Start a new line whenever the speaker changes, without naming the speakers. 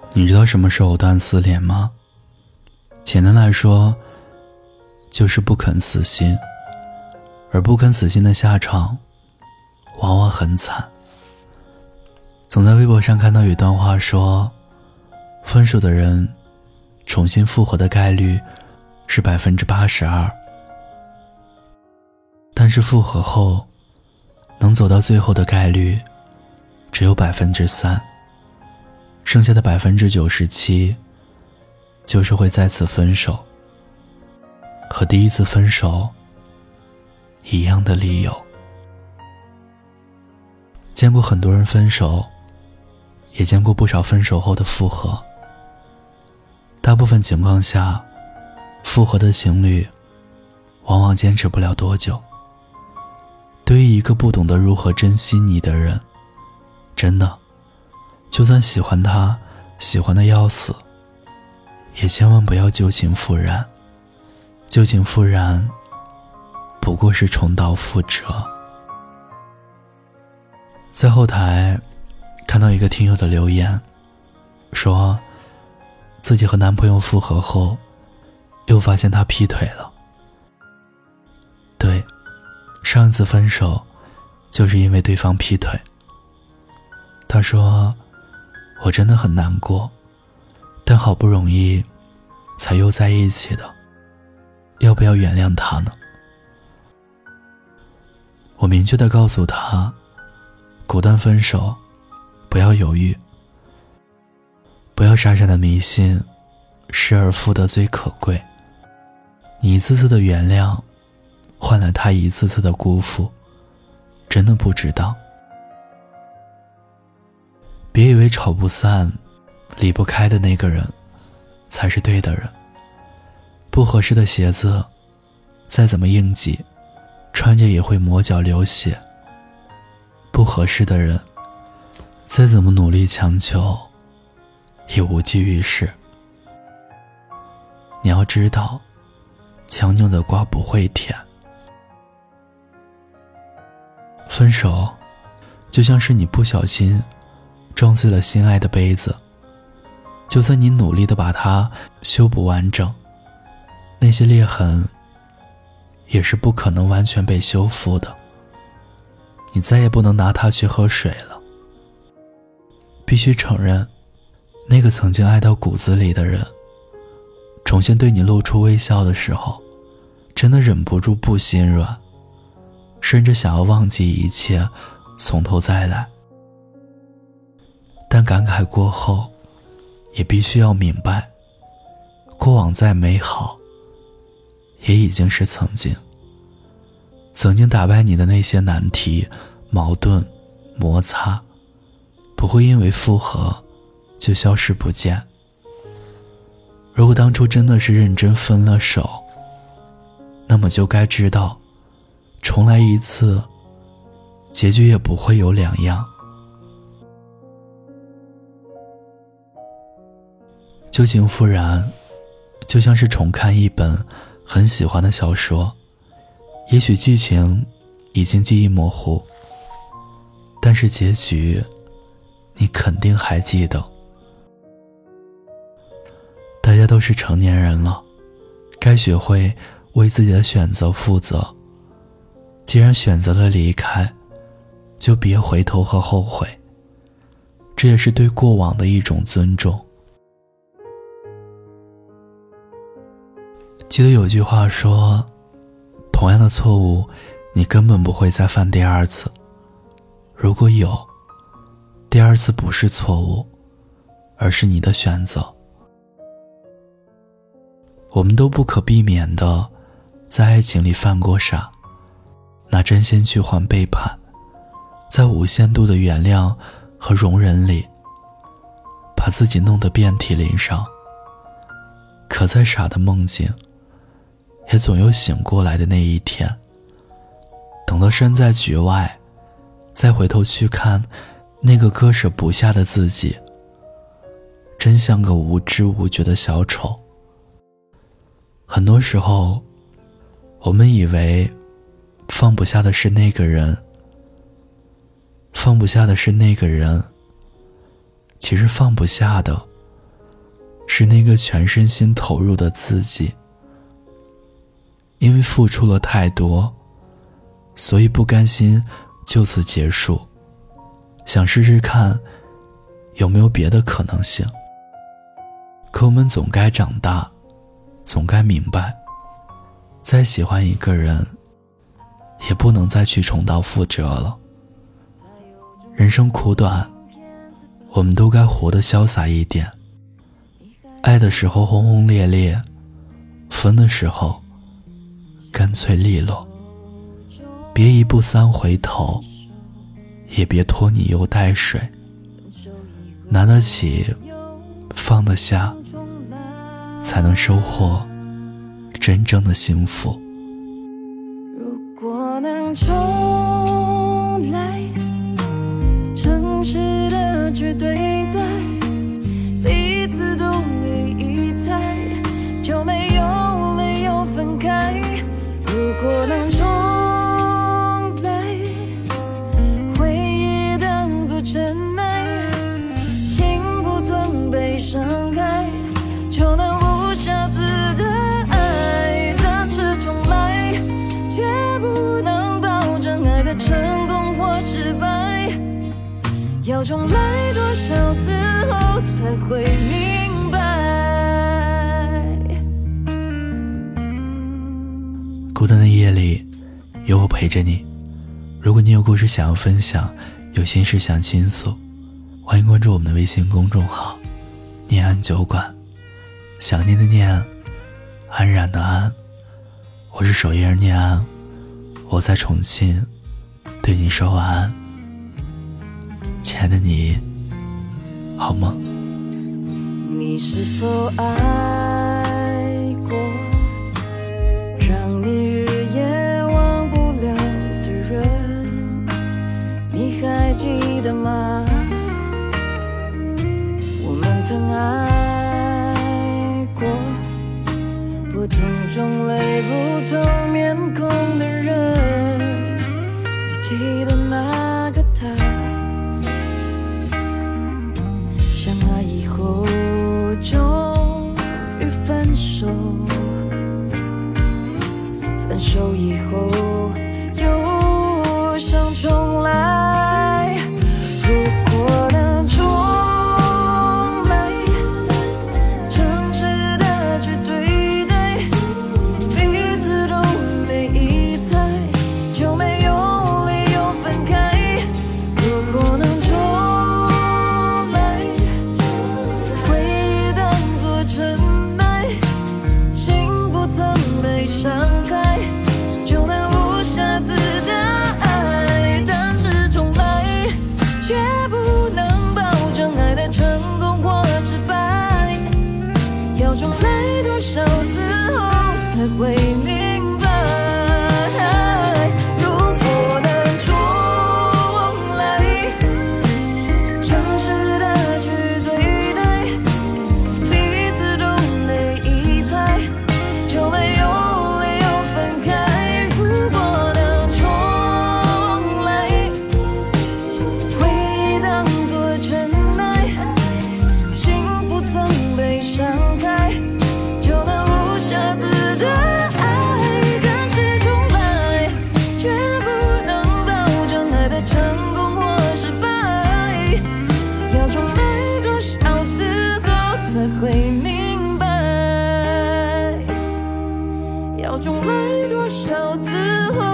你知道什么是藕断丝连吗？简单来说，就是不肯死心，而不肯死心的下场往往很惨。总在微博上看到有一段话说，分手的人重新复合的概率是82%，但是复合后能走到最后的概率只有3%，剩下的97%就是会再次分手，和第一次分手一样的理由。见过很多人分手，也见过不少分手后的复合。大部分情况下，复合的情侣往往坚持不了多久。对于一个不懂得如何珍惜你的人，真的，就算喜欢他，喜欢的要死，也千万不要旧情复燃。旧情复燃不过是重蹈覆辙。在后台看到一个听友的留言，说自己和男朋友复合后，又发现他劈腿了。对，上一次分手就是因为对方劈腿。他说，我真的很难过，但好不容易才又在一起的，要不要原谅他呢？我明确地告诉他，果断分手，不要犹豫，不要傻傻的迷信失而复得最可贵。你一次次的原谅，换来他一次次的辜负，真的不值当。别以为吵不散、离不开的那个人才是对的人。不合适的鞋子再怎么应急，穿着也会磨脚流血。不合适的人再怎么努力强求，也无济于事。你要知道，强扭的瓜不会甜。分手就像是你不小心撞碎了心爱的杯子，就算你努力地把它修补完整，那些裂痕也是不可能完全被修复的。你再也不能拿它去喝水了。必须承认，那个曾经爱到骨子里的人，重新对你露出微笑的时候，真的忍不住不心软，甚至想要忘记一切，从头再来。但感慨过后，也必须要明白，过往再美好，也已经是曾经。曾经打败你的那些难题、矛盾、摩擦，不会因为复合就消失不见。如果当初真的是认真分了手，那么就该知道，重来一次，结局也不会有两样。旧情复燃，就像是重看一本很喜欢的小说，也许剧情已经记忆模糊，但是结局你肯定还记得。大家都是成年人了，该学会为自己的选择负责。既然选择了离开，就别回头和后悔，这也是对过往的一种尊重。记得有句话说，同样的错误你根本不会再犯第二次。如果有，第二次不是错误，而是你的选择。我们都不可避免地在爱情里犯过傻，拿真心去换背叛，在无限度的原谅和容忍里，把自己弄得遍体鳞伤。可再傻的梦境，也总有醒过来的那一天。等到身在局外，再回头去看那个割舍不下的自己，真像个无知无觉的小丑。很多时候，我们以为放不下的是那个人，放不下的是那个人，其实放不下的是那个全身心投入的自己。因为付出了太多，所以不甘心就此结束，想试试看有没有别的可能性。可我们总该长大，总该明白，再喜欢一个人也不能再去重蹈覆辙了。人生苦短，我们都该活得潇洒一点。爱的时候轰轰烈烈，分的时候干脆利落。别一步三回头，也别拖泥又带水。拿得起，放得下，才能收获真正的幸福。
如果能重来，诚实的去对待，彼此都没疑猜，就没有理由分开。如果能重来，回忆当作尘埃，心不曾被伤害，就能无瑕疵的爱。但是重来，却不能保证爱的成功或失败，要重来多少次后才会明白。
孤单的夜里，有我陪着你。如果你有故事想要分享，有心事想倾诉，欢迎关注我们的微信公众号念安酒馆。想念的念，安然的安，我是守夜人念安，我在重庆对你说晚安。亲爱的你，好梦。
你是否爱过让你日夜忘不了的人？你还记得吗？我们曾爱过不同种类不同面孔的人。你记得那个他，相爱以后终于分手，分手以后又想重来。如果能重来，诚实的去对待，彼此都没疑猜，就没有理由分开。如果能重来，回忆当作尘埃，心不曾被伤害，就能无瑕疵的爱。但是重来，却不能保证爱的成功或失败，要重来多少次后才会明白。如果能重来，诚实的去对待，彼此都没疑猜，就没有理由分开。如果能重来，回忆当作尘埃，心不曾被伤害，就能无瑕疵的爱。但是重来，却不能保证爱的成功或失败，要重来多少次后才会明白，要重来多少次后